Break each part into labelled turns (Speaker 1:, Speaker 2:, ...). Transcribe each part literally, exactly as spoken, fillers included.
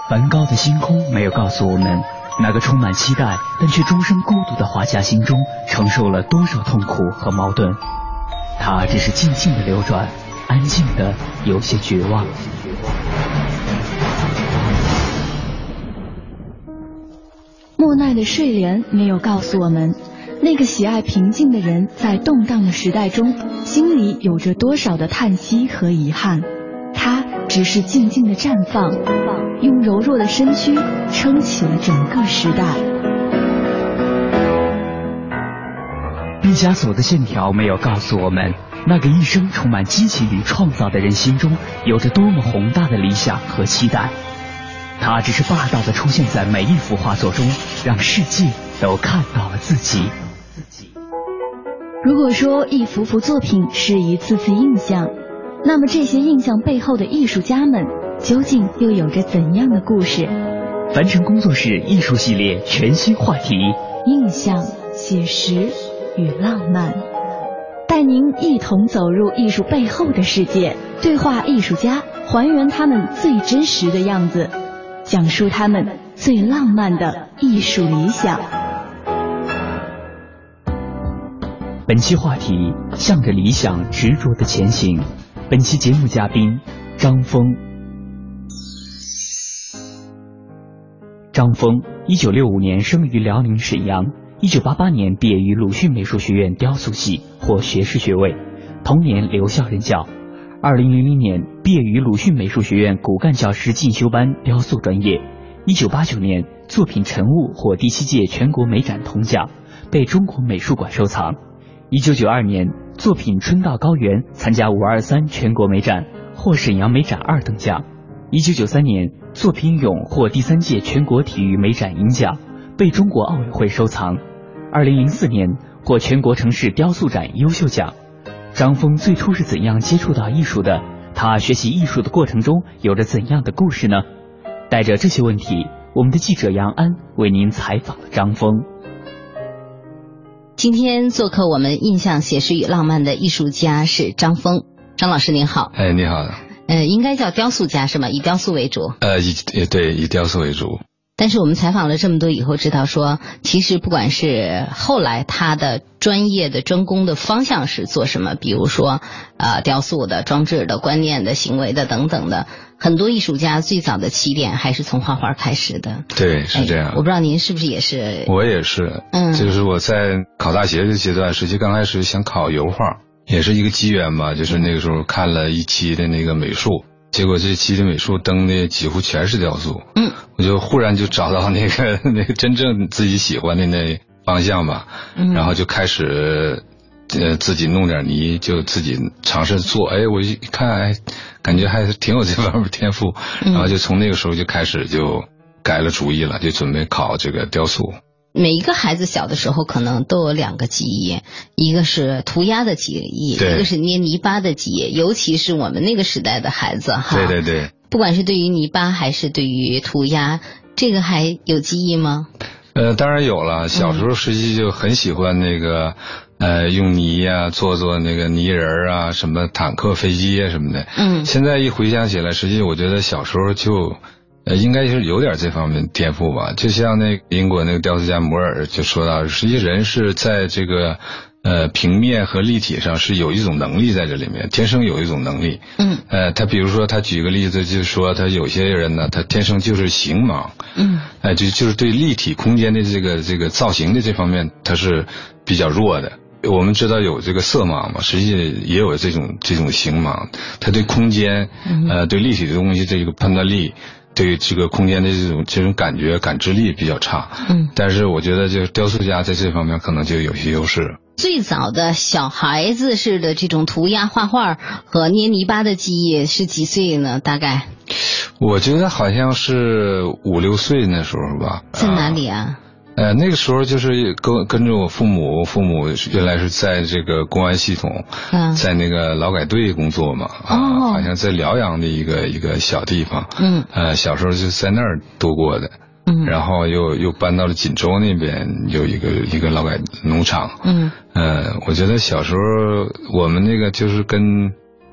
Speaker 1: 梵高的星空没有告诉我们，那个充满期待但却终生孤独的画家心中承受了多少痛苦和矛盾。他只是静静的流转，安静的有些绝望。
Speaker 2: 莫奈的睡莲没有告诉我们，那个喜爱平静的人在动荡的时代中，心里有着多少的叹息和遗憾。他只是静静的绽放，用柔弱的身躯撑起了整个时代。
Speaker 1: 毕加索的线条没有告诉我们，那个一生充满激情与创造的人心中有着多么宏大的理想和期待。他只是霸道地出现在每一幅画作中，让世界都看到了自己。
Speaker 2: 如果说一幅幅作品是一次次印象，那么这些印象背后的艺术家们究竟又有着怎样的故事？
Speaker 1: 凡尘工作室艺术系列全新话题：
Speaker 2: 印象、写实与浪漫，带您一同走入艺术背后的世界，对话艺术家，还原他们最真实的样子，讲述他们最浪漫的艺术理想。
Speaker 1: 本期话题：向着理想执着的前行。本期节目嘉宾张峰。张峰一九六五年生于辽宁沈阳，一九八八年毕业于鲁迅美术学院雕塑系，获学士学位，同年留校任教。二零零零年毕业于鲁迅美术学院骨干教师进修班雕塑专业。一九八九年作品《晨雾》获第七届全国美展铜奖，被中国美术馆收藏。一九九二年作品《春到高原》参加五二三全国美展，获沈阳美展二等奖。一九九三年作品《咏》获第三届全国体育美展银奖，被中国奥委会收藏。二零零四年获全国城市雕塑展优秀奖。张峰最初是怎样接触到艺术的？他学习艺术的过程中有着怎样的故事呢？带着这些问题，我们的记者杨安为您采访了张峰。
Speaker 3: 今天做客我们印象写实与浪漫的艺术家是张峰。张老师您好。
Speaker 4: 哎，你好。
Speaker 3: 呃，应该叫雕塑家是吗？以雕塑为主。
Speaker 4: 呃，以对，以雕塑为主。
Speaker 3: 但是我们采访了这么多以后知道说，其实不管是后来他的专业的专攻的方向是做什么，比如说呃雕塑的、装置的、观念的、行为的等等的，很多艺术家最早的起点还是从画画开始的。
Speaker 4: 对，是这样。
Speaker 3: 哎、我不知道您是不是也是？
Speaker 4: 我也是。嗯，就是我在考大学的阶段，实际刚开始想考油画，也是一个机缘吧，就是那个时候看了一期的那个美术。结果这期的美术登的几乎全是雕塑，嗯，我就忽然就找到那个那个真正自己喜欢的那方向吧，嗯，然后就开始呃自己弄点泥，就自己尝试做，哎，我一看，哎，感觉还挺有这方面天赋，然后就从那个时候就开始就改了主意了，就准备考这个雕塑。
Speaker 3: 每一个孩子小的时候可能都有两个记忆，一个是涂鸦的记忆，一个是捏泥巴的记忆，尤其是我们那个时代的孩子哈。
Speaker 4: 对对对。
Speaker 3: 不管是对于泥巴还是对于涂鸦，这个还有记忆吗？
Speaker 4: 呃，当然有了。小时候实际就很喜欢那个，嗯、呃，用泥呀、啊、做做那个泥人啊，什么坦克、飞机啊什么的。嗯。现在一回想起来，实际我觉得小时候就。呃，应该是有点这方面天赋吧。就像那英国那个雕塑家摩尔就说到，实际人是在这个呃平面和立体上是有一种能力在这里面，天生有一种能力。嗯。呃，他比如说他举个例子，就是说他有些人呢，他天生就是形盲。嗯。哎、呃，就就是对立体空间的这个这个造型的这方面，他是比较弱的。我们知道有这个色盲嘛，实际也有这种这种形盲，他对空间呃对立体的东西这个判断力。对这个空间的这种这种感觉感知力比较差，嗯，但是我觉得这个雕塑家在这方面可能就有些优势。
Speaker 3: 最早的小孩子式的这种涂鸦、画画和捏泥巴的记忆是几岁呢？大概？
Speaker 4: 我觉得好像是五六岁那时候吧。
Speaker 3: 在哪里啊？
Speaker 4: 呃，那个时候就是跟跟着我父母，父母原来是在这个公安系统，嗯，在那个劳改队工作嘛，啊，哦、好像在辽阳的一个一个小地方，嗯，呃，小时候就在那儿度过的，嗯，然后又又搬到了锦州那边有一个一个劳改农场，嗯，呃，我觉得小时候我们那个就是跟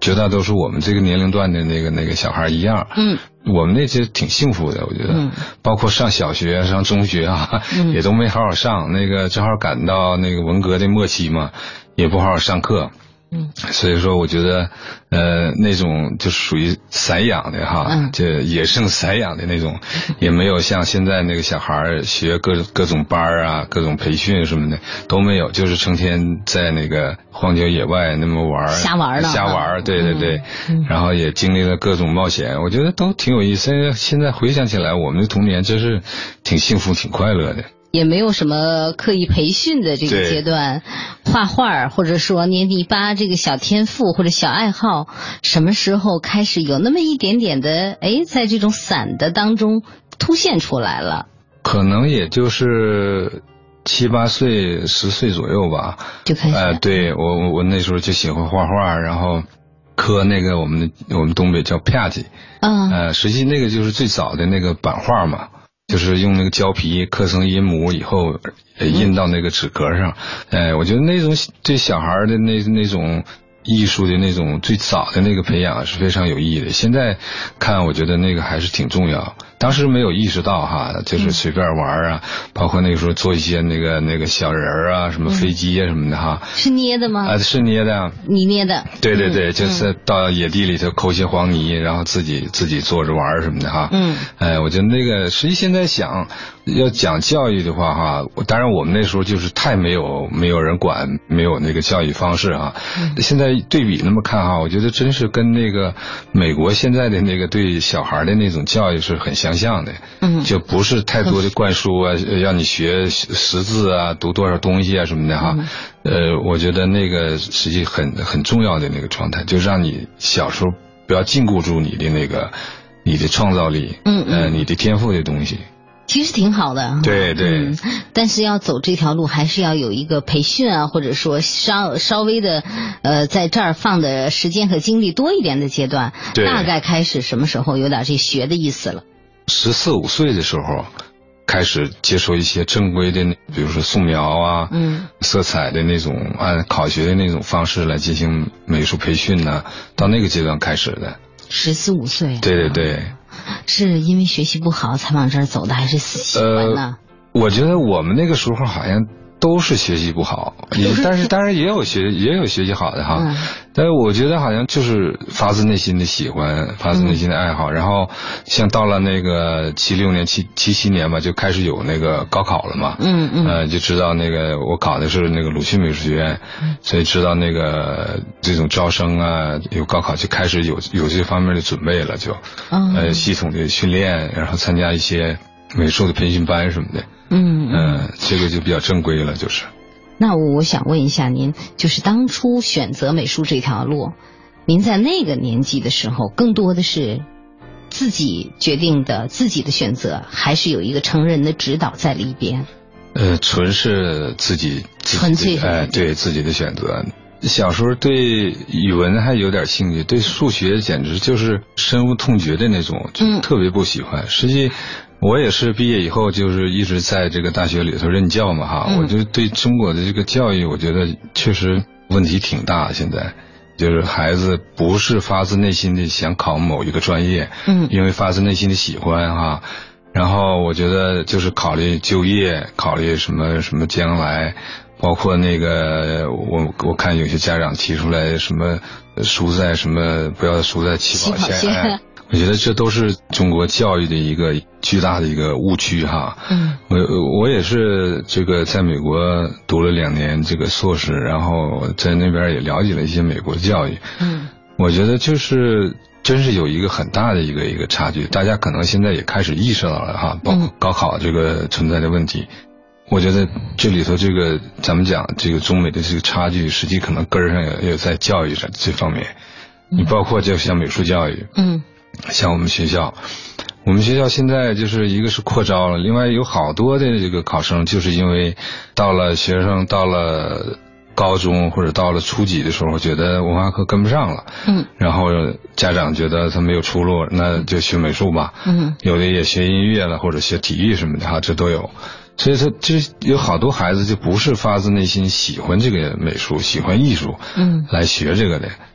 Speaker 4: 绝大多数我们这个年龄段的那个那个小孩一样，
Speaker 3: 嗯，
Speaker 4: 我们那些挺幸福的，我觉得，嗯，包括上小学、上中学啊，嗯，也都没好好上，那个正好赶到那个文革的末期嘛，也不好好上课。嗯，所以说我觉得，呃，那种就属于散养的哈，嗯，就野生散养的那种，也没有像现在那个小孩学各各种班啊、各种培训什么的都没有，就是成天在那个荒郊野外那么玩，
Speaker 3: 瞎玩呢，
Speaker 4: 瞎玩，对对对，嗯，然后也经历了各种冒险，我觉得都挺有意思。现在回想起来，我们的童年真是挺幸福、挺快乐的。
Speaker 3: 也没有什么刻意培训的这个阶段，画画或者说捏泥巴这个小天赋或者小爱好，什么时候开始有那么一点点的哎，在这种散的当中凸现出来了？
Speaker 4: 可能也就是七八岁、十岁左右吧，
Speaker 3: 就开始。
Speaker 4: 呃，对我我我那时候就喜欢画画，然后刻那个我们的我们东北叫啪叽，嗯，呃，实际那个就是最早的那个版画嘛。就是用那个胶皮刻成阴母以后，印到那个纸壳上。哎、呃，我觉得那种对小孩的那那种艺术的那种最早的那个培养是非常有意义的。现在看，我觉得那个还是挺重要。当时没有意识到哈，就是随便玩啊，嗯、包括那个时候做一些那个那个小人啊，什么飞机啊什么的哈。
Speaker 3: 是捏的吗？
Speaker 4: 啊、呃，是捏的。
Speaker 3: 你捏的？
Speaker 4: 对对对，嗯、就是到野地里头抠些黄泥，然后自己自己做着玩什么的哈。嗯。哎，我觉得那个，实际现在想要讲教育的话哈，当然我们那时候就是太没有没有人管，没有那个教育方式哈。嗯、现在对比那么看哈，我觉得真是跟那个美国现在的那个对小孩的那种教育是很相像的。嗯。就不是太多的灌输啊，让你学识字啊，读多少东西啊什么的哈。嗯、呃，我觉得那个实际很很重要的那个状态，就让你小时候不要禁锢住你的那个你的创造力，嗯嗯，呃，你的天赋的东西。
Speaker 3: 其实挺好的，
Speaker 4: 对对、嗯，
Speaker 3: 但是要走这条路，还是要有一个培训啊，或者说稍稍微的，呃，在这儿放的时间和精力多一点的阶段，大概开始什么时候有点这学的意思了？
Speaker 4: 十四五岁的时候，开始接受一些正规的，比如说素描啊，嗯，色彩的那种，按考学的那种方式来进行美术培训呢、啊，到那个阶段开始的。
Speaker 3: 十四五岁。
Speaker 4: 对对对。
Speaker 3: 是因为学习不好才往这儿走的，还是喜欢呢？
Speaker 4: 呃，我觉得我们那个时候好像都是学习不好，也但是当然也有学也有学习好的哈。嗯、但是我觉得好像就是发自内心的喜欢，发自内心的爱好。嗯、然后像到了那个七六年、七七七年吧，就开始有那个高考了嘛。嗯嗯。呃，就知道那个我考的是那个鲁迅美术学院，嗯、所以知道那个这种招生啊，有高考就开始有有这方面的准备了，就、嗯、呃系统的训练，然后参加一些美术的培训班什么的。嗯嗯、呃，这个就比较正规了，就是。
Speaker 3: 那我想问一下您，就是当初选择美术这条路，您在那个年纪的时候，更多的是自己决定的、自己的选择，还是有一个成人的指导在里边？
Speaker 4: 呃，纯是自己，
Speaker 3: 纯粹
Speaker 4: 哎、呃，对自己的选择。小时候对语文还有点兴趣，对数学简直就是深恶痛绝的那种，就特别不喜欢。嗯、实际。我也是毕业以后就是一直在这个大学里头任教嘛哈，嗯、我就对中国的这个教育，我觉得确实问题挺大。现在就是孩子不是发自内心的想考某一个专业，嗯，因为发自内心的喜欢哈，然后我觉得就是考虑就业，考虑什么什么将来，包括那个我我看有些家长提出来什么输在什么不要输在起跑线。我觉得这都是中国教育的一个巨大的一个误区哈。嗯，我我也是这个在美国读了两年这个硕士，然后在那边也了解了一些美国教育。嗯，我觉得就是真是有一个很大的一个一个差距，大家可能现在也开始意识到了哈，包括高考这个存在的问题。嗯、我觉得这里头这个咱们讲这个中美的这个差距，实际可能根儿上也也在教育上这方面。你包括就像美术教育。嗯。像我们学校，我们学校现在就是一个是扩招了，另外有好多的这个考生，就是因为到了学生到了高中或者到了初级的时候，觉得文化课跟不上了，嗯，然后家长觉得他没有出路，那就学美术吧，嗯，有的也学音乐了或者学体育什么的哈，这都有。所以他就有好多孩子就不是发自内心喜欢这个美术，喜欢艺术，嗯，来学这个的。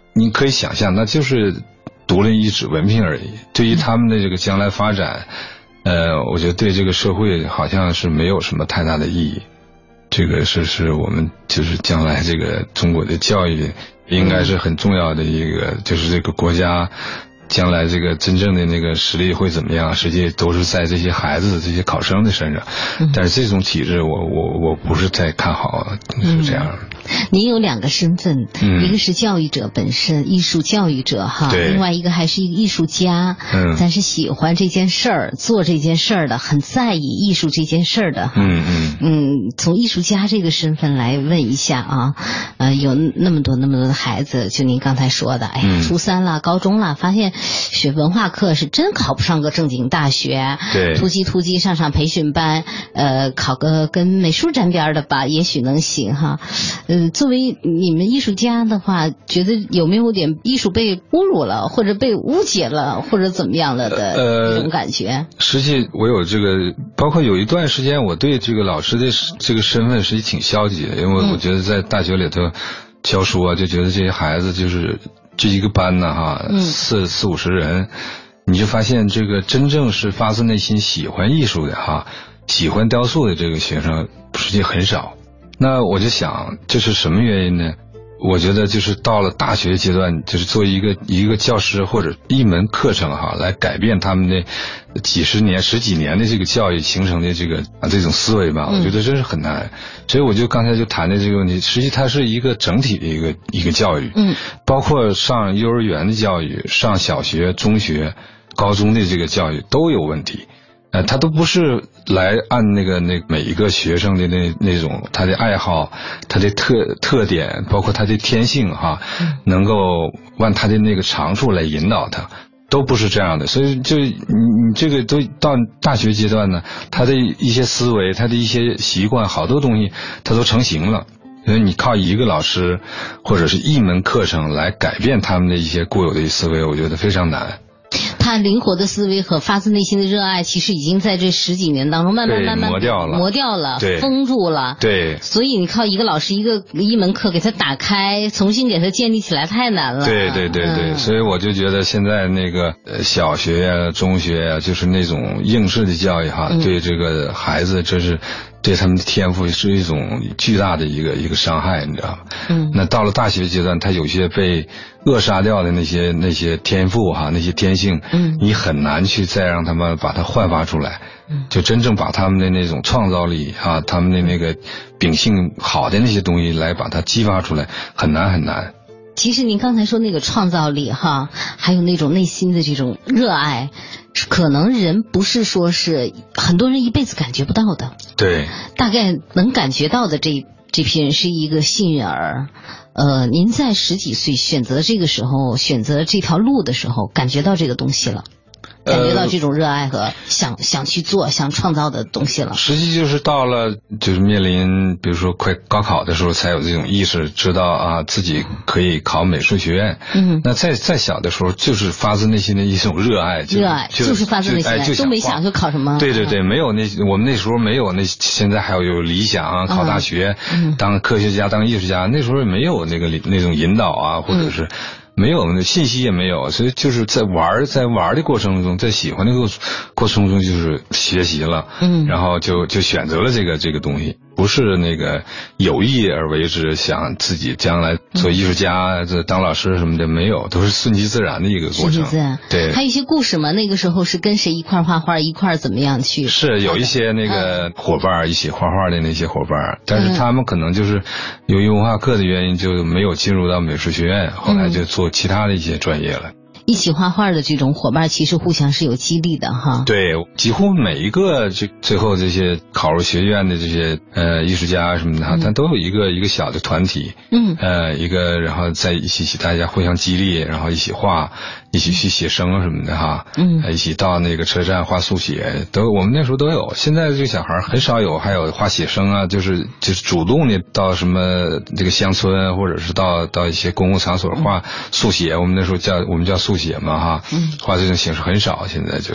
Speaker 4: 你可以想象，那就是读了一纸文凭而已，对于他们的这个将来发展，呃，我觉得对这个社会好像是没有什么太大的意义。这个是是我们就是将来这个中国的教育应该是很重要的一个，就是这个国家将来这个真正的那个实力会怎么样，实际都是在这些孩子这些考生的身上。但是这种体制我我我不是太看好，是这样。
Speaker 3: 您有两个身份，
Speaker 4: 嗯、
Speaker 3: 一个是教育者本身，艺术教育者哈，另外一个还是一个艺术家，
Speaker 4: 嗯，
Speaker 3: 咱是喜欢这件事儿，做这件事儿的，很在意艺术这件事儿的哈。
Speaker 4: 嗯嗯
Speaker 3: 嗯，从艺术家这个身份来问一下啊，呃，有那么多那么多的孩子，就您刚才说的，哎呀，初三了，高中了，发现学文化课是真考不上个正经大学，
Speaker 4: 对，
Speaker 3: 突击突击上上培训班，呃，考个跟美术沾边的吧，也许能行哈。呃，作为你们艺术家的话，觉得有没有点艺术被侮辱了，或者被误解了，或者怎么样了的一种感觉？呃、
Speaker 4: 实际我有这个，包括有一段时间，我对这个老师的这个身份实际挺消极的，因为我觉得在大学里头教书啊，就觉得这些孩子就是这一个班呢哈，四四五十人，你就发现这个真正是发自内心喜欢艺术的哈，喜欢雕塑的这个学生实际很少。那我就想这是什么原因呢？我觉得就是到了大学阶段，就是做一个一个教师或者一门课程哈，来改变他们的几十年十几年的这个教育形成的这个啊这种思维吧，我觉得真是很难。所以我就刚才就谈的这个问题，实际它是一个整体的一个一个教育，嗯，包括上幼儿园的教育、上小学、中学、高中的这个教育都有问题。呃，他都不是来按那个那每一个学生的那那种他的爱好、他的特特点，包括他的天性哈，能够按他的那个长处来引导他，都不是这样的。所以就你你这个都到大学阶段呢，他的一些思维、他的一些习惯，好多东西他都成型了。因为你靠一个老师或者是一门课程来改变他们的一些固有的思维，我觉得非常难。
Speaker 3: 他灵活的思维和发自内心的热爱，其实已经在这十几年当中慢慢慢慢
Speaker 4: 磨掉了，
Speaker 3: 磨掉了，封住了。
Speaker 4: 对，
Speaker 3: 所以你靠一个老师一个一门课给他打开，重新给他建立起来太难了。
Speaker 4: 对对对对，嗯、所以我就觉得现在那个呃小学呀、中学呀，就是那种应试的教育哈，嗯、对这个孩子这是。对他们的天赋是一种巨大的一个一个伤害，你知道吗？嗯，那到了大学阶段，他有些被扼杀掉的那些那些天赋哈，那些天性，嗯，你很难去再让他们把它焕发出来，嗯，就真正把他们的那种创造力啊，他们的那个秉性好的那些东西来把它激发出来，很难很难。
Speaker 3: 其实您刚才说那个创造力哈，还有那种内心的这种热爱，可能人不是说是很多人一辈子感觉不到的。
Speaker 4: 对，
Speaker 3: 大概能感觉到的这这批人是一个幸运儿。呃，您在十几岁选择这个时候，选择这条路的时候，感觉到这个东西了。感觉到这种热爱和想、呃、想去做、想创造的东西了。
Speaker 4: 实际就是到了，就是面临，比如说快高考的时候，才有这种意识，知道啊自己可以考美术学院。嗯，那再再小的时候，就是发自内心的一种热爱，
Speaker 3: 热爱就、就是发自内心的，哎、都没想说考什么。
Speaker 4: 对对对，没有那我们那时候没有那，现在还有有理想啊，考大学，嗯、当科学家、当艺术家，那时候没有那个那种引导啊，或者是。嗯没有，信息也没有，所以就是在玩，在玩的过程中，在喜欢的过过程中，就是学习了，嗯，然后就就选择了这个这个东西，不是那个有意而为之，想自己将来做艺术家、这、嗯、当老师什么的，没有，都是顺其自然的一个过程。
Speaker 3: 顺其自然，
Speaker 4: 对。
Speaker 3: 还有一些故事嘛，那个时候是跟谁一块画画，一块怎么样去？
Speaker 4: 是有一些那个伙伴、嗯、一起画画的那些伙伴，但是他们可能就是由于文化课的原因，就没有进入到美术学院，后来就做其他的一些专业了。
Speaker 3: 一起画画的这种伙伴，其实互相是有激励的哈。
Speaker 4: 对，几乎每一个这最后这些考入学院的这些呃艺术家什么的，嗯、他都有一个一个小的团体，嗯，呃，一个然后在一起，大家互相激励，然后一起画，一起去写生什么的哈，嗯，一起到那个车站画速写，都我们那时候都有。现在这个小孩很少有，还有画写生啊，就是就是主动的到什么这个乡村，或者是到到一些公共场所画速写，我们那时候叫我们叫速写嘛哈，嗯，画这种形式很少，现在就是。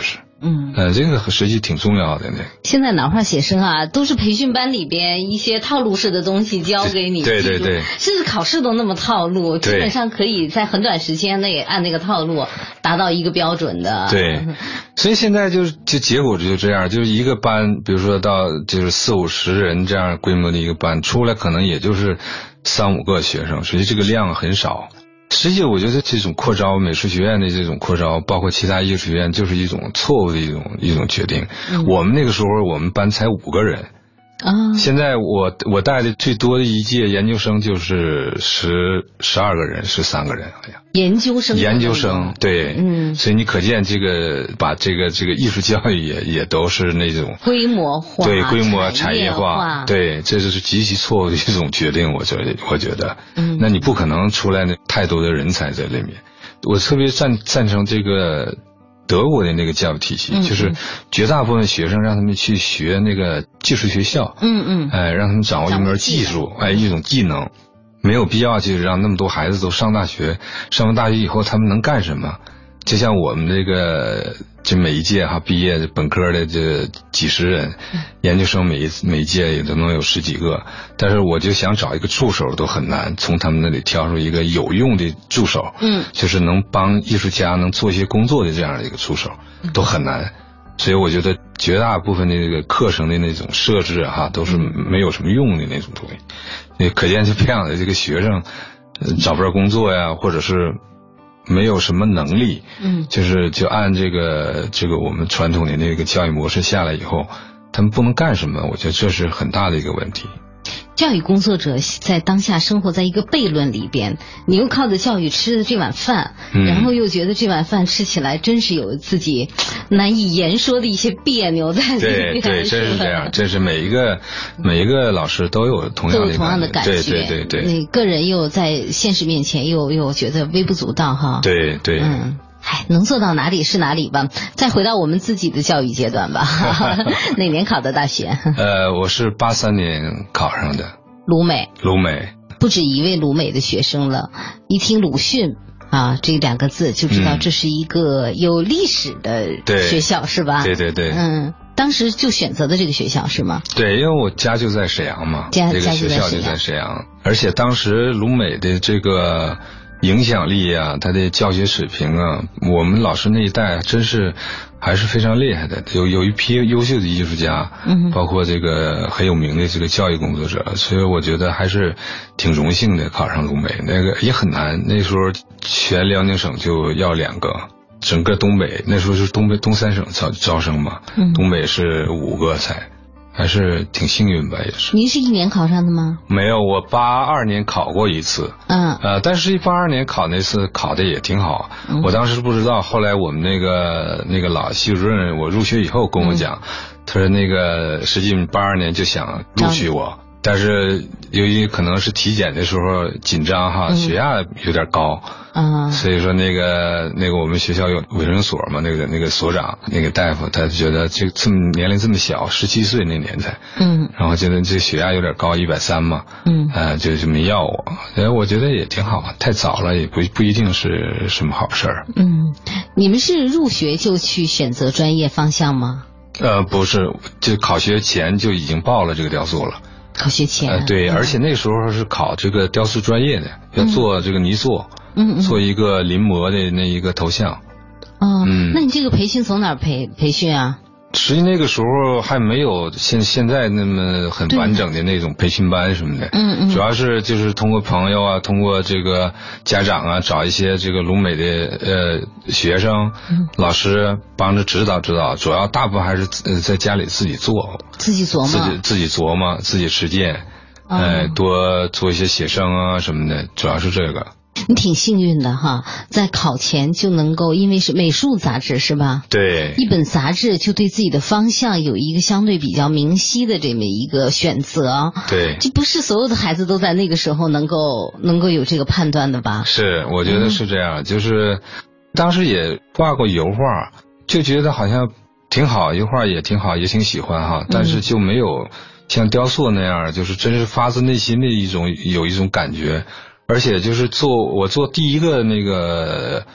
Speaker 3: 嗯，
Speaker 4: 呃，这个实际挺重要的呢。
Speaker 3: 现在拿画写生啊，都是培训班里边一些套路式的东西教给你，
Speaker 4: 对对对，
Speaker 3: 甚至考试都那么套路，基本上可以在很短时间内按那个套路达到一个标准的。
Speaker 4: 对，所以现在就是就结果就这样，就是一个班，比如说到就是四五十人这样规模的一个班，出来可能也就是三五个学生，实际这个量很少。实际我觉得这种扩招，美术学院的这种扩招，包括其他艺术学院，就是一种错误的一种一种决定。嗯、我们那个时候我们班才五个人。啊，现在我我带的最多的一届研究生就是十十二个人，十三个人好像。
Speaker 3: 研究生，
Speaker 4: 研究生，对，
Speaker 3: 嗯，
Speaker 4: 所以你可见这个把这个这个艺术教育也也都是那种
Speaker 3: 规模化，
Speaker 4: 对，规模产业
Speaker 3: 化，
Speaker 4: 化对，这就是极其错误的一种决定，我觉得，我觉得，嗯，那你不可能出来那太多的人才在里面。我特别赞赞成这个德国的那个教育体系，嗯、就是绝大部分学生让他们去学那个技术学校，
Speaker 3: 嗯嗯，
Speaker 4: 哎，让他们掌握一门技术，哎，一种技能。没有必要就是让那么多孩子都上大学，上完大学以后他们能干什么？就像我们这个这每一届哈毕业的本科的这几十人，研究生每一每一届也都能有十几个，但是我就想找一个助手都很难，从他们那里挑出一个有用的助手，嗯，就是能帮艺术家能做一些工作的这样的一个助手都很难。所以我觉得绝大部分的这个课程的那种设置哈，都是没有什么用的那种东西。也可见就培养的这个学生，呃，找不着工作呀，或者是没有什么能力，嗯，就是就按这个这个我们传统的那个教育模式下来以后，他们不能干什么，我觉得这是很大的一个问题。
Speaker 3: 教育工作者在当下生活在一个悖论里边，你又靠着教育吃的这碗饭，嗯、然后又觉得这碗饭吃起来真是有自己难以言说的一些别扭在里
Speaker 4: 面。对对，真是这样，这是每一个每一个老师都有同样的
Speaker 3: 都有同样的感觉，
Speaker 4: 对对对对。
Speaker 3: 你个人又在现实面前又又觉得微不足道哈。
Speaker 4: 对对。
Speaker 3: 嗯。唉，能做到哪里是哪里吧。再回到我们自己的教育阶段吧。哪年考的大学？
Speaker 4: 呃，我是八三年考上的。
Speaker 3: 鲁美。
Speaker 4: 鲁美。
Speaker 3: 不止一位鲁美的学生了，一听鲁迅啊这两个字就知道这是一个有历史的学校，嗯、是吧？
Speaker 4: 对对对。
Speaker 3: 嗯，当时就选择的这个学校是吗？
Speaker 4: 对，因为我家就在沈阳嘛，
Speaker 3: 家
Speaker 4: 这个学校就在沈阳，而且当时鲁美的这个影响力啊，他的教学水平啊，我们老师那一代真是还是非常厉害的，有有一批优秀的艺术家，嗯，包括这个很有名的这个教育工作者，所以我觉得还是挺荣幸的考上鲁美。那个也很难，那时候全辽宁省就要两个，整个东北那时候是东北东三省招招生嘛，嗯，东北是五个才。还是挺幸运吧，也是。
Speaker 3: 您是一年考上的吗？
Speaker 4: 没有，我八二年考过一次。嗯。呃，但是八二年考那次考的也挺好。嗯。我当时不知道，后来我们那个那个老系主任，我入学以后跟我讲，嗯、他说那个实际八二年就想录取我，但是由于可能是体检的时候紧张哈，嗯、血压有点高。啊，所以说那个那个我们学校有卫生所嘛，那个那个所长那个大夫，他觉得这这么年龄这么小，十七岁那年才，嗯，然后觉得这血压有点高，一百三嘛，嗯，呃，就就没要我，哎，我觉得也挺好，太早了也不不一定是什么好事儿。
Speaker 3: 嗯，你们是入学就去选择专业方向吗？
Speaker 4: 呃，不是，就考学前就已经报了这个雕塑了。
Speaker 3: 考学前？
Speaker 4: 呃，对，嗯、而且那时候是考这个雕塑专业的，要做这个泥塑。嗯，做一个临摹的那一个头像。
Speaker 3: 哦，嗯，那你这个培训从哪儿培培训啊？
Speaker 4: 实际那个时候还没有现现在那么很完整的那种培训班什么的。嗯嗯。主要是就是通过朋友啊，通过这个家长啊，找一些这个鲁美的呃学生、嗯、老师帮着指导指导。主要大部分还是呃在家里自己做，
Speaker 3: 自己琢磨，
Speaker 4: 自己自己琢磨，自己实践。哦、呃，多做一些写生啊什么的，主要是这个。
Speaker 3: 你挺幸运的哈，在考前就能够，因为是美术杂志是吧？
Speaker 4: 对，
Speaker 3: 一本杂志就对自己的方向有一个相对比较明晰的这么一个选择。
Speaker 4: 对，
Speaker 3: 这不是所有的孩子都在那个时候能够能够有这个判断的吧？
Speaker 4: 是，我觉得是这样。嗯、就是当时也画过油画，就觉得好像挺好，油画也挺好，也挺喜欢哈，但是就没有像雕塑那样，就是真是发自内心的一种有一种感觉。而且就是做我做第一个那个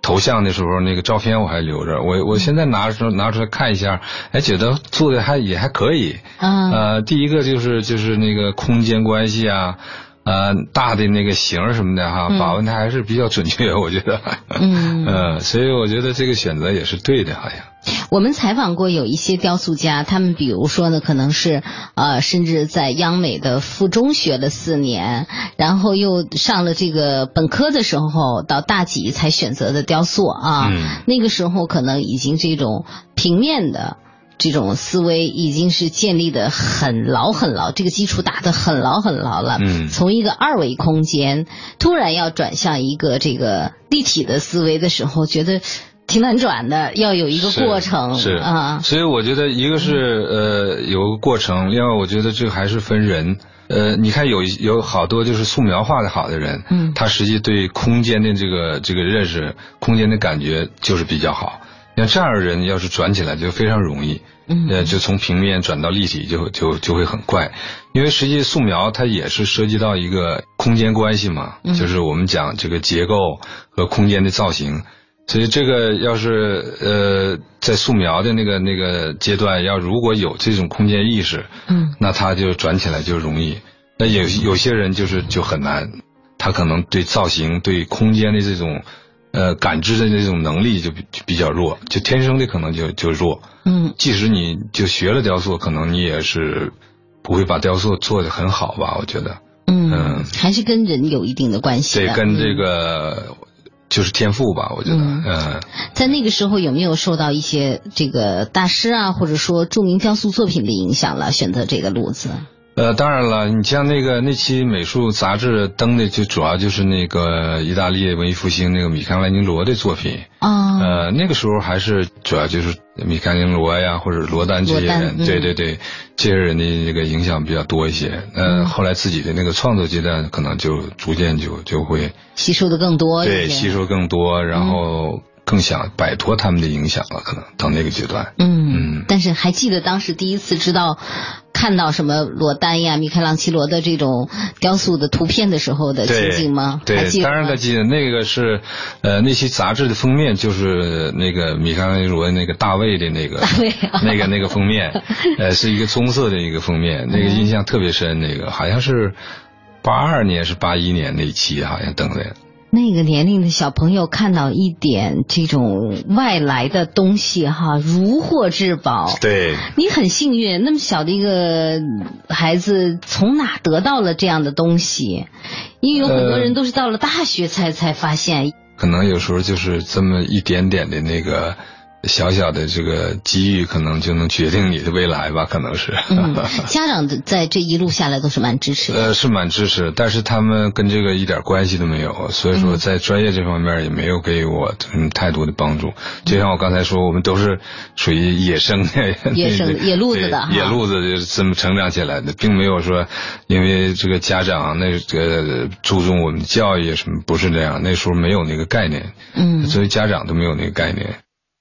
Speaker 4: 头像的时候那个照片我还留着，我我现在拿出拿出来看一下，哎，觉得做的还也还可以。嗯，呃，第一个就是就是那个空间关系啊。呃，大的那个形什么的哈，把握的还是比较准确，我觉得。嗯，呃，所以我觉得这个选择也是对的，好像。
Speaker 3: 我们采访过有一些雕塑家，他们比如说呢，可能是呃，甚至在央美的附中学了四年，然后又上了这个本科的时候，到大几才选择的雕塑啊。嗯。那个时候可能已经这种平面的。这种思维已经是建立的很牢很牢，这个基础打得很牢很牢了。嗯，从一个二维空间突然要转向一个这个立体的思维的时候，觉得挺难转的，要有一个过程。
Speaker 4: 是啊，所以我觉得一个是呃有个过程，另外我觉得这个还是分人。呃，你看有有好多就是素描画的好的人，嗯，他实际对空间的这个这个认识，空间的感觉就是比较好。像这样的人要是转起来就非常容易，嗯，呃，就从平面转到立体就就就会很快，因为实际素描它也是涉及到一个空间关系嘛，嗯，就是我们讲这个结构和空间的造型，所以这个要是呃在素描的那个那个阶段，要如果有这种空间意识，嗯，那他就转起来就容易。那有有些人就是就很难，他可能对造型对空间的这种。呃，感知的那种能力就比就比较弱，就天生的可能就就弱。嗯，即使你就学了雕塑，可能你也是不会把雕塑做得很好吧？我觉得，
Speaker 3: 嗯，嗯还是跟人有一定的关系的。
Speaker 4: 对，跟这个、嗯、就是天赋吧，我觉得。嗯，嗯
Speaker 3: 在那个时候有没有受到一些这个大师啊，或者说著名雕塑作品的影响了，选择这个路子？
Speaker 4: 呃，当然了，你像那个那期美术杂志登的，就主要就是那个意大利文艺复兴那个米开朗基罗的作品。啊、哦，呃，那个时候还是主要就是米开朗基罗呀，或者罗丹这些人，嗯、对对对，这些人的那个影响比较多一些。呃，嗯、后来自己的那个创作阶段，可能就逐渐就就会
Speaker 3: 吸收的更多一些，
Speaker 4: 对，吸收更多，然后。嗯更想摆脱他们的影响了，可能到那个阶段。
Speaker 3: 嗯嗯。但是还记得当时第一次知道看到什么罗丹呀、米开朗基罗的这种雕塑的图片的时候的情景吗？
Speaker 4: 对，对当然还记得。那个是呃那期杂志的封面就是那个米开朗基罗那个大卫的那个
Speaker 3: 大卫、啊、
Speaker 4: 那个那个封面，呃是一个棕色的一个封面，那个印象特别深。那个好像是八二年是八一年那一期，好像登的。
Speaker 3: 那个年龄的小朋友看到一点这种外来的东西哈，如获至宝。
Speaker 4: 对，
Speaker 3: 你很幸运，那么小的一个孩子从哪得到了这样的东西？因为有很多人都是到了大学才、呃、才发现。
Speaker 4: 可能有时候就是这么一点点的那个小小的这个机遇，可能就能决定你的未来吧，可能是。
Speaker 3: 嗯，家长在这一路下来都是蛮支持的。
Speaker 4: 呃，是蛮支持，但是他们跟这个一点关系都没有，所以说在专业这方面也没有给我嗯太多的帮助。就像我刚才说，我们都是属于野生的，
Speaker 3: 野生野路子的，
Speaker 4: 野路子就是这么成长起来的，并没有说因为这个家长那个注重我们的教育什么，不是这样，那时候没有那个概念，嗯，所以家长都没有那个概念。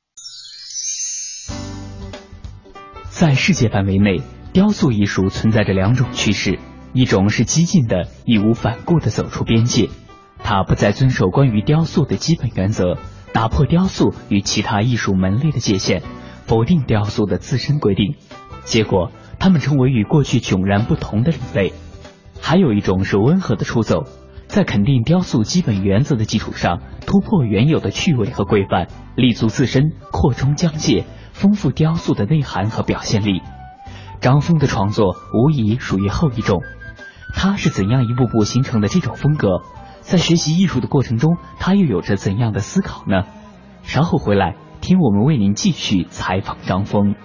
Speaker 1: 在世界范围内，雕塑艺术存在着两种趋势，一种是激进的义无反顾地走出边界，它不再遵守关于雕塑的基本原则，打破雕塑与其他艺术门类的界限，否定雕塑的自身规定，结果它们成为与过去迥然不同的另类。还有一种是温和的出走，在肯定雕塑基本原则的基础上，突破原有的趣味和规范，立足自身，扩充疆界，丰富雕塑的内涵和表现力。张峰的创作无疑属于后一种，他是怎样一步步形成的这种风格？在学习艺术的过程中，他又有着怎样的思考呢？稍后回来听我们为您继续采访张峰。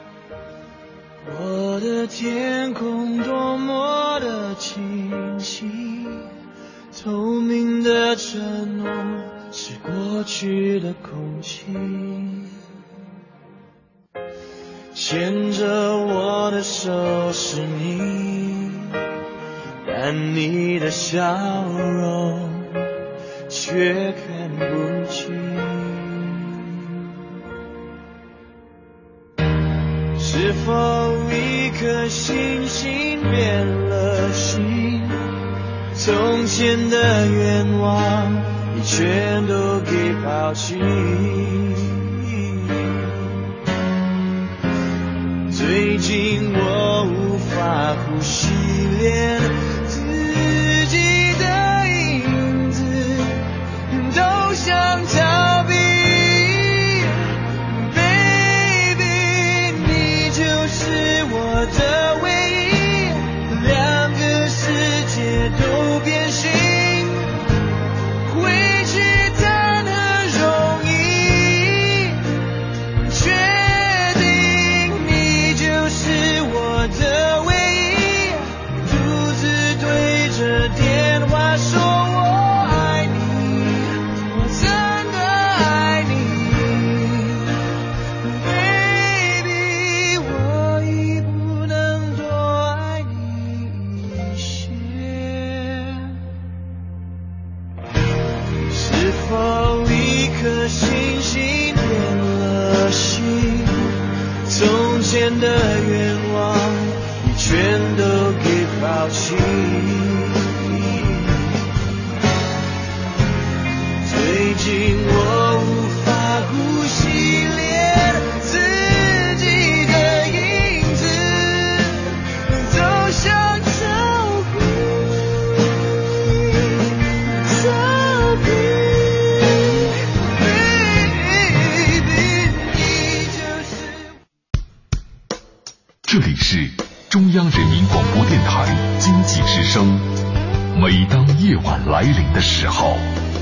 Speaker 5: 我的天空多么的清晰，透明的承诺是过去的空气，牵着我的手是你，但你的笑容却看不清。是否一颗星星变了心？从前的愿望你全都给抛弃。最近我无法呼吸，连自己的影子都想逃避。 Baby， 你就是我的唯一，两个世界都变形，回去谈何容易，确定你就是我的唯一，独自对着电话说我爱你，我真的爱你 Baby， 我已不能多爱你一些。是否一颗星星变了心，从前的愿望你全都给抛弃。最近我无法呼吸，连自己的影子都想逃避，逃避。Baby， 你就是
Speaker 6: 这里是中央人民广播电台经济之声。每当夜晚来临的时候，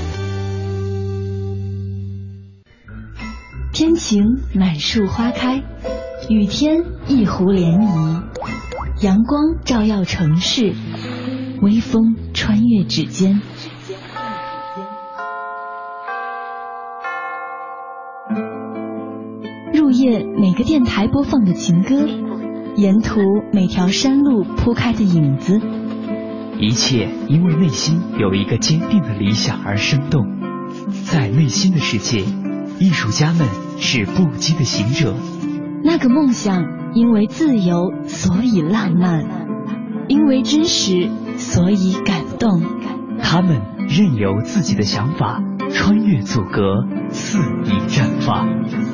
Speaker 2: 天晴满树花开，雨天一湖涟漪，阳光照耀城市，微风穿越指尖。入夜每个电台播放的情歌，沿途每条山路铺开的影子，
Speaker 1: 一切因为内心有一个坚定的理想而生动。在内心的世界，艺术家们是不羁的行者。
Speaker 2: 那个梦想因为自由所以浪漫，因为真实所以感动。
Speaker 1: 他们任由自己的想法穿越阻隔，肆意绽放。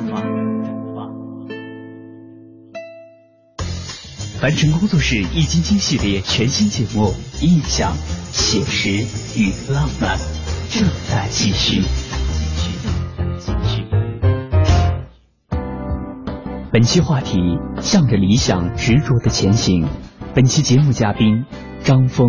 Speaker 1: 凡尘工作室易筋经系列全新节目《印象、写实与浪漫》正在继续。本期话题：向着理想执着的前行。本期节目嘉宾张峰。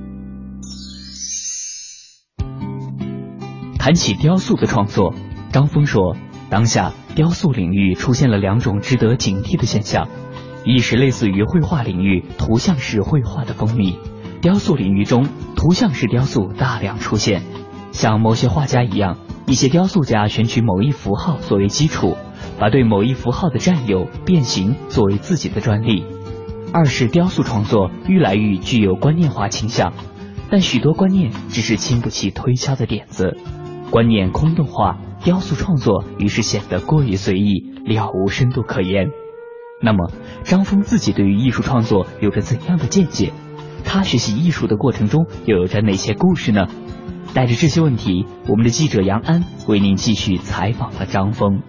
Speaker 1: 谈起雕塑的创作，张峰说，当下雕塑领域出现了两种值得警惕的现象。一是类似于绘画领域图像式绘画的风靡，雕塑领域中图像式雕塑大量出现，像某些画家一样，一些雕塑家选取某一符号作为基础，把对某一符号的占有变形作为自己的专利。二是雕塑创作愈来愈具有观念化倾向，但许多观念只是经不起推敲的点子，观念空洞化，雕塑创作于是显得过于随意，了无深度可言。那么张峰自己对于艺术创作有着怎样的见解？他学习艺术的过程中又有着哪些故事呢？带着这些问题，我们的记者杨安为您继续采访了张峰。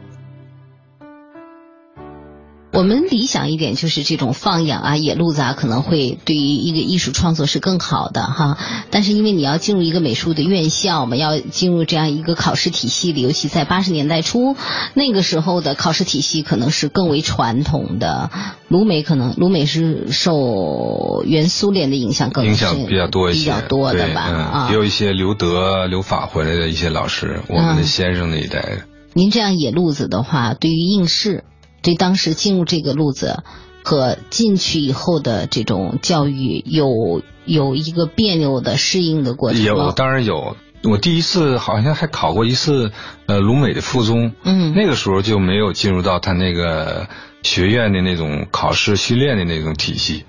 Speaker 3: 我们理想一点就是这种放养啊、野路子啊，可能会对于一个艺术创作是更好的哈。但是因为你要进入一个美术的院校嘛，要进入这样一个考试体系里，尤其在八十年代初，那个时候的考试体系可能是更为传统的。鲁美可能鲁美是受原苏联的影响更
Speaker 4: 影响比较多一些，
Speaker 3: 比较多的吧。
Speaker 4: 嗯、啊，也有一些留德留法回来的一些老师，我们的先生那一代。嗯、
Speaker 3: 您这样野路子的话，对于应试。对当时进入这个路子和进去以后的这种教育有有一个别扭的适应的过程吗？
Speaker 4: 有，当然有。我第一次好像还考过一次呃鲁美的附中，嗯，那个时候就没有进入到他那个学院的那种考试训练的那种体系，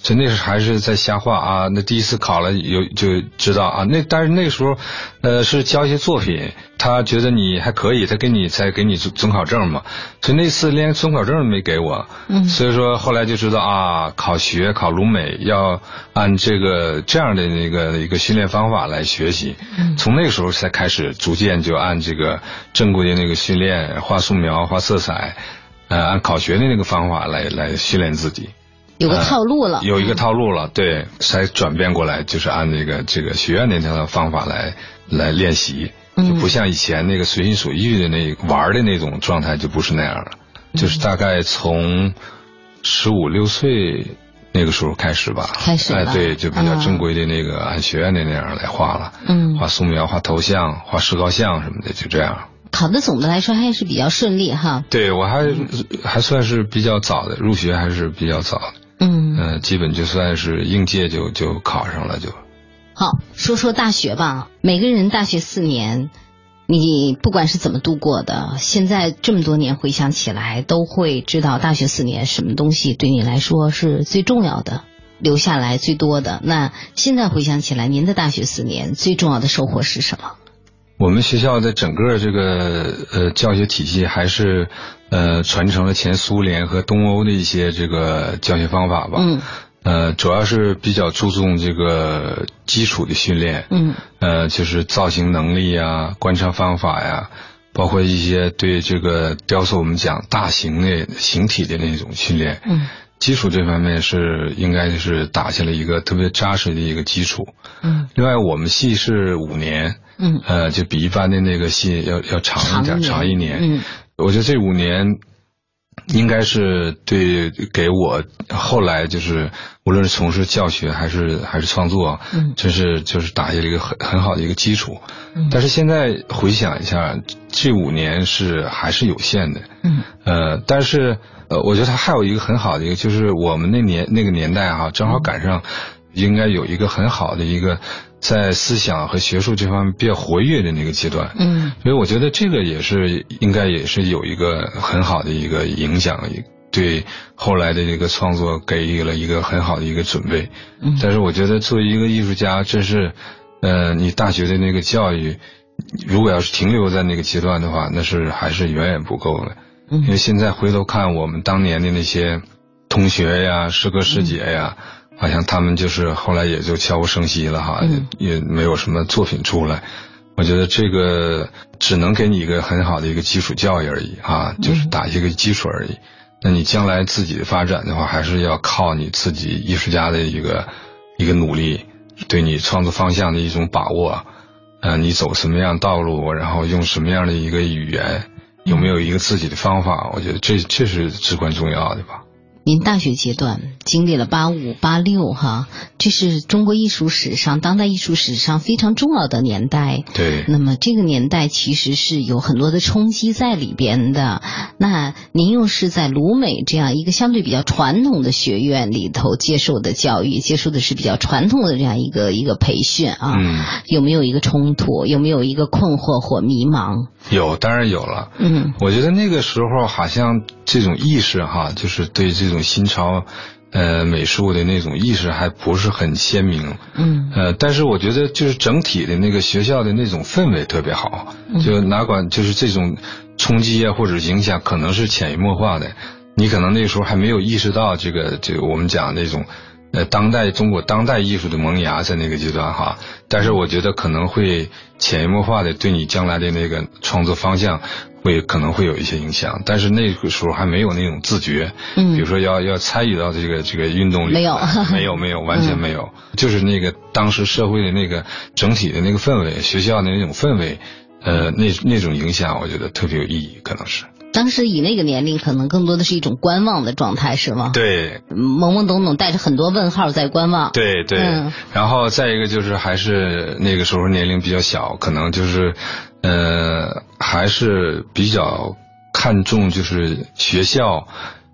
Speaker 4: 所以那时候还是在瞎画啊。那第一次考了有就知道啊，那但是那个时候，呃，是交一些作品，他觉得你还可以，他给你才给你准考证嘛。所以那次连准考证都没给我，嗯，所以说后来就知道啊，考学考鲁美要按这个这样的那个一个训练方法来学习。嗯，从那个时候才开始逐渐就按这个正规的那个训练，画素描、画色彩，呃，按考学的那个方法来来训练自己。
Speaker 3: 有个套路了、
Speaker 4: 呃，有一个套路了，对，才转变过来，就是按那个这个学院那条方法来来练习，就不像以前那个随心所欲的那玩的那种状态，就不是那样了。嗯、就是大概从十五六岁那个时候开始吧，
Speaker 3: 开始了，
Speaker 4: 哎，对，就比较正规的那个按学院的那样来画了，嗯，画素描、画头像、画石膏像什么的，就这样。
Speaker 3: 考的总的来说还是比较顺利哈。
Speaker 4: 对，我还还算是比较早的，入学还是比较早的。嗯，呃，基本就算是应届就就考上了就。
Speaker 3: 好，说说大学吧。每个人大学四年，你不管是怎么度过的，现在这么多年回想起来，都会知道大学四年什么东西对你来说是最重要的，留下来最多的。那现在回想起来，您的大学四年最重要的收获是什么？
Speaker 4: 我们学校的整个这个呃教学体系还是呃传承了前苏联和东欧的一些这个教学方法吧。嗯。呃，主要是比较注重这个基础的训练。嗯。呃，就是造型能力啊、观察方法呀，包括一些对这个雕塑我们讲大型的形体的那种训练。嗯。基础这方面是应该是打下了一个特别扎实的一个基础。嗯。另外，我们系是五年。嗯，呃，就比一般的那个系要要长一点，长一年。嗯，我觉得这五年应该是对给我后来就是无论是从事教学还是还是创作，嗯，真是就是打下了一个很很好的一个基础。嗯，但是现在回想一下，这五年是还是有限的。嗯，呃，但是呃，我觉得它还有一个很好的一个，就是我们那年那个年代哈、啊，正好赶上应该有一个很好的一个。在思想和学术这方面比较活跃的那个阶段，嗯，所以我觉得这个也是应该也是有一个很好的一个影响，对后来的这个创作给予了一个很好的一个准备。嗯，但是我觉得作为一个艺术家，真是，呃，你大学的那个教育，如果要是停留在那个阶段的话，那是还是远远不够的。嗯，因为现在回头看我们当年的那些同学呀、师哥师姐呀。嗯，好像他们就是后来也就悄无声息了哈，嗯、也没有什么作品出来。我觉得这个只能给你一个很好的一个基础教育而已啊，就是打一个基础而已。嗯、那你将来自己的发展的话，还是要靠你自己艺术家的一个一个努力，对你创作方向的一种把握。呃，你走什么样道路，然后用什么样的一个语言，有没有一个自己的方法？我觉得这这是至关重要的吧。
Speaker 3: 您大学阶段经历了八五八六哈，这是中国艺术史上当代艺术史上非常重要的年代。
Speaker 4: 对。
Speaker 3: 那么这个年代其实是有很多的冲击在里边的。那您又是在鲁美这样一个相对比较传统的学院里头接受的教育，接受的是比较传统的这样一个一个培训啊。嗯。有没有一个冲突？有没有一个困惑或迷茫？
Speaker 4: 有，当然有了。嗯。我觉得那个时候好像这种意识哈，就是对这。这种新潮，呃，美术的那种意识还不是很鲜明，嗯，呃，但是我觉得就是整体的那个学校的那种氛围特别好，就哪管就是这种冲击啊或者影响，可能是潜移默化的，你可能那时候还没有意识到这个，这个我们讲那种，呃，当代中国当代艺术的萌芽在那个阶段哈，但是我觉得可能会潜移默化的对你将来的那个创作方向。会可能会有一些影响，但是那个时候还没有那种自觉，嗯，比如说要要参与到这个这个运动里，
Speaker 3: 没有，
Speaker 4: 没有，没有，完全没有，嗯、就是那个当时社会的那个整体的那个氛围，学校的那种氛围，呃，那那种影响，我觉得特别有意义，可能是。
Speaker 3: 当时以那个年龄，可能更多的是一种观望的状态，是吗？
Speaker 4: 对，
Speaker 3: 懵懵懂懂，带着很多问号在观望。
Speaker 4: 对对、嗯，然后再一个就是还是那个时候年龄比较小，可能就是，呃，还是比较看重就是学校，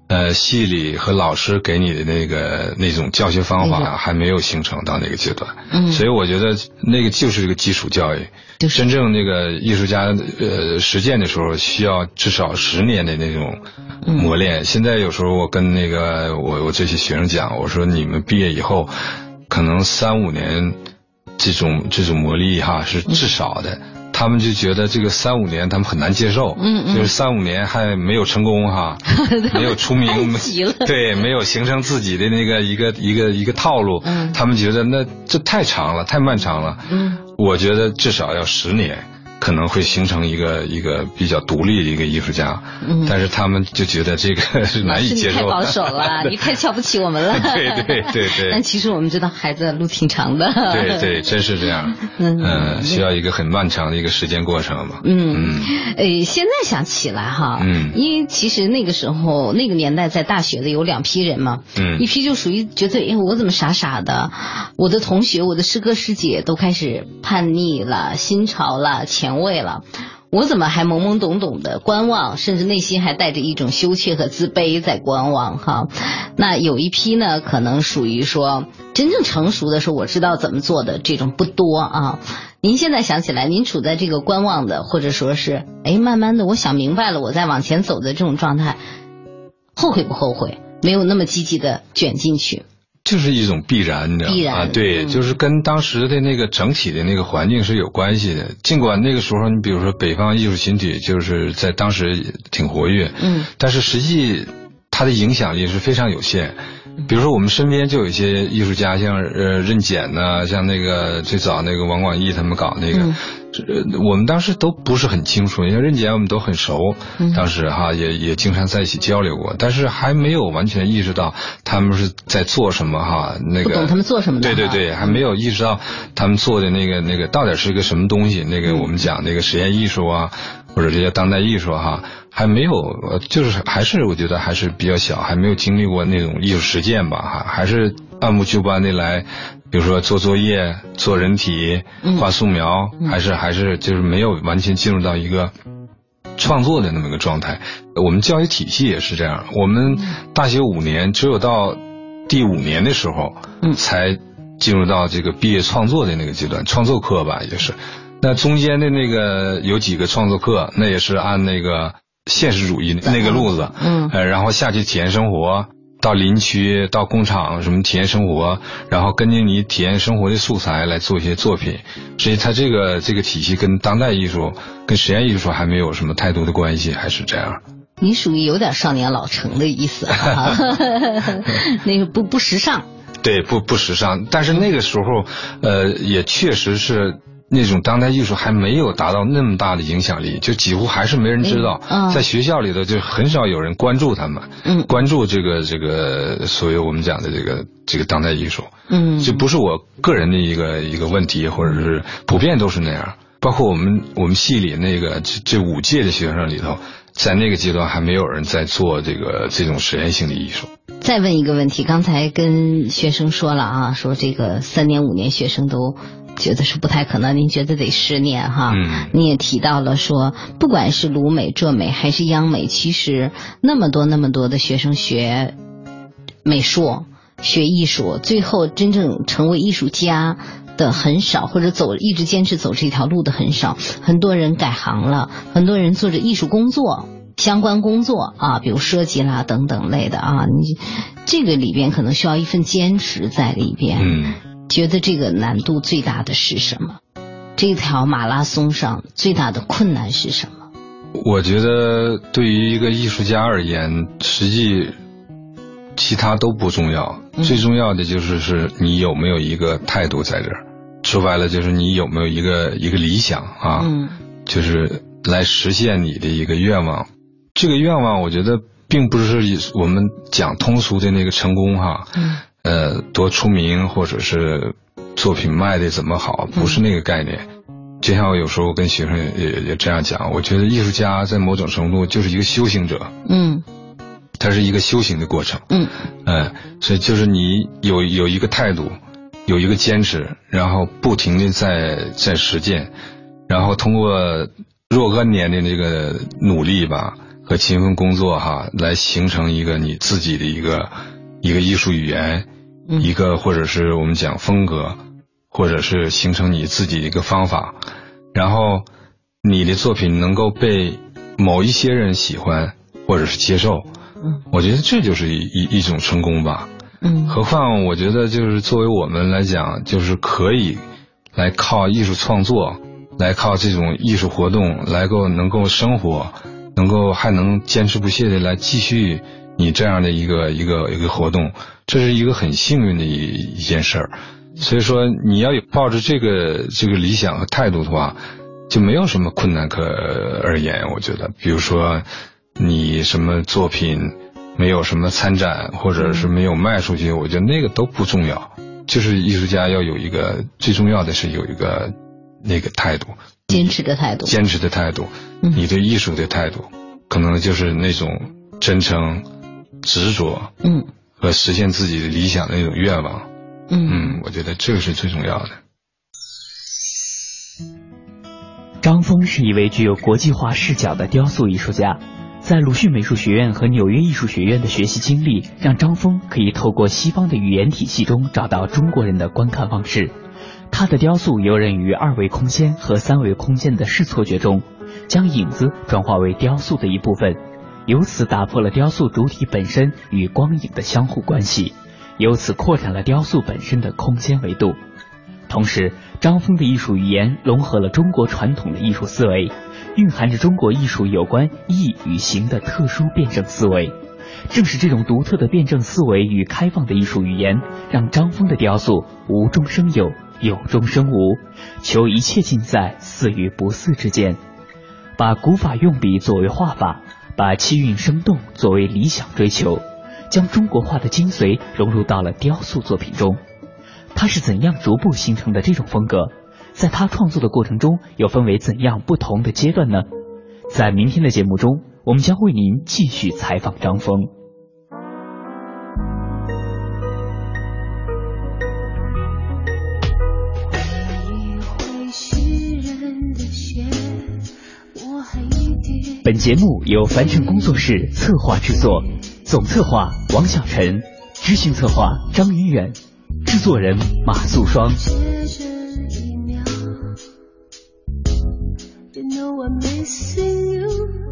Speaker 4: 呃，系里和老师给你的那个那种教学方法还没有形成到那个阶段，嗯，所以我觉得那个就是这个基础教育，就是真正那个艺术家呃实践的时候需要至少十年的那种磨练。嗯、现在有时候我跟那个我我这些学生讲，我说你们毕业以后可能三五年这种这种磨砺哈是至少的。嗯，他们就觉得这个三五年他们很难接受，嗯嗯，就是三五年还没有成功哈，没有出名，对，没有形成自己的那个一个一个一个套路，嗯，他们觉得那这太长了，太漫长了，嗯，我觉得至少要十年。可能会形成一个一个比较独立的一个艺术家，嗯，但是他们就觉得这个是难以接受的。
Speaker 3: 你太保守了，你太瞧不起我们了。
Speaker 4: 对对对对。
Speaker 3: 但其实我们知道孩子的路挺长的。
Speaker 4: 对对，真是这样。嗯、呃，需要一个很漫长的一个时间过程嘛。嗯
Speaker 3: 嗯。呃，现在想起来哈，嗯，因为其实那个时候那个年代在大学的有两批人嘛，嗯，一批就属于觉得，哎，我怎么傻傻的，我的同学、我的师哥师姐都开始叛逆了、新潮了、前位了，我怎么还懵懵懂懂的观望，甚至内心还带着一种羞怯和自卑在观望哈。那有一批呢，可能属于说真正成熟的时候，我知道怎么做的这种不多啊。您现在想起来，您处在这个观望的，或者说是哎，慢慢的我想明白了，我再往前走的这种状态，后悔不后悔？没有那么积极的卷进去。
Speaker 4: 就是一种必然，你知道吗？必然啊，对、嗯，就是跟当时的那个整体的那个环境是有关系的。尽管那个时候，你比如说北方艺术群体就是在当时挺活跃，嗯，但是实际它的影响力是非常有限。比如说我们身边就有一些艺术家，像呃任简呐、啊，像那个最早那个王广义他们搞那个。嗯呃，我们当时都不是很清楚，因为任简我们都很熟，嗯、当时哈也也经常在一起交流过，但是还没有完全意识到他们是在做什么哈，那个
Speaker 3: 不懂他们做什么的，
Speaker 4: 对对对，还没有意识到他们做的那个那个到底是个什么东西，那个我们讲那个实验艺术啊，或者这些当代艺术哈，还没有，就是还是我觉得还是比较小，还没有经历过那种艺术实践吧哈，还是按部就班的来。比如说做作业、做人体、画素描，嗯、还是还是就是没有完全进入到一个创作的那么一个状态。我们教育体系也是这样，我们大学五年，只有到第五年的时候，嗯，才进入到这个毕业创作的那个阶段，创作课吧也是。那中间的那个有几个创作课，那也是按那个现实主义那个路子，嗯，呃，然后下去体验生活。到林区到工厂什么体验生活，然后根据你体验生活的素材来做一些作品，所以它这个这个体系跟当代艺术跟实验艺术还没有什么太多的关系，还是这样。
Speaker 3: 你属于有点少年老成的意思啊，那个不不时尚。
Speaker 4: 对，不不时尚，但是那个时候呃也确实是那种当代艺术还没有达到那么大的影响力，就几乎还是没人知道，嗯、在学校里头就很少有人关注他们，嗯，关注这个这个所谓我们讲的这个这个当代艺术，嗯，这不是我个人的一个一个问题，或者是普遍都是那样。包括我们我们系里那个这这五届的学生里头，在那个阶段还没有人在做这个这种实验性的艺术。
Speaker 3: 再问一个问题，刚才跟学生说了啊，说这个三年五年学生都觉得是不太可能，您觉得得十年哈？嗯，你也提到了说，不管是鲁美、浙美还是央美，其实那么多那么多的学生学美术、学艺术，最后真正成为艺术家的很少，或者走一直坚持走这条路的很少。很多人改行了，很多人做着艺术工作。相关工作啊，比如设计啦等等类的啊，你这个里边可能需要一份坚持在里边。嗯，觉得这个难度最大的是什么？这条马拉松上最大的困难是什么？
Speaker 4: 我觉得对于一个艺术家而言，实际其他都不重要，嗯、最重要的就是是你有没有一个态度在这儿。说白了就是你有没有一个一个理想啊，嗯、就是来实现你的一个愿望。这个愿望我觉得并不是我们讲通俗的那个成功哈，嗯、呃多出名或者是作品卖的怎么好，不是那个概念。嗯、就像我有时候跟学生也也这样讲，我觉得艺术家在某种程度就是一个修行者，嗯，它是一个修行的过程，嗯，呃，所以就是你有有一个态度，有一个坚持，然后不停的在在实践，然后通过若干年的这个努力吧。 和勤奋工作哈，来形成一个你自己的一个一个艺术语言，嗯、一个或者是我们讲风格，或者是形成你自己的一个方法，然后你的作品能够被某一些人喜欢或者是接受，嗯，我觉得这就是一一一种成功吧。嗯，何况我觉得就是作为我们来讲，就是可以来靠艺术创作，来靠这种艺术活动来够能够生活，能够还能坚持不懈的来继续你这样的一个一个一个活动，这是一个很幸运的一一件事儿。所以说你要有抱着这个这个理想和态度的话，就没有什么困难可而言。我觉得比如说你什么作品没有什么参展，或者是没有卖出去，我觉得那个都不重要，就是艺术家要有一个最重要的是有一个那个态度，
Speaker 3: 坚持的态度，
Speaker 4: 坚持的态度，嗯、你对艺术的态度，可能就是那种真诚、执着，嗯，和实现自己的理想的那种愿望，嗯嗯，我觉得这个是最重要的。
Speaker 1: 张峰是一位具有国际化视角的雕塑艺术家。在鲁迅美术学院和纽约艺术学院的学习经历，让张峰可以透过西方的语言体系中找到中国人的观看方式。他的雕塑游刃于二维空间和三维空间的视错觉中，将影子转化为雕塑的一部分，由此打破了雕塑主体本身与光影的相互关系，由此扩展了雕塑本身的空间维度。同时，张峰的艺术语言融合了中国传统的艺术思维，蕴含着中国艺术有关意与形的特殊辩证思维。正是这种独特的辩证思维与开放的艺术语言，让张峰的雕塑无中生有，有中生无，求一切尽在似与不似之间，把古法用笔作为画法，把气韵生动作为理想追求，将中国画的精髓融入到了雕塑作品中。他是怎样逐步形成的这种风格？在他创作的过程中，又分为怎样不同的阶段呢？在明天的节目中，我们将为您继续采访张峰。本节目由凡尘工作室策划制作，总策划王小晨，执行策划张云远，制作人马素双。
Speaker 5: You know I'm missing you.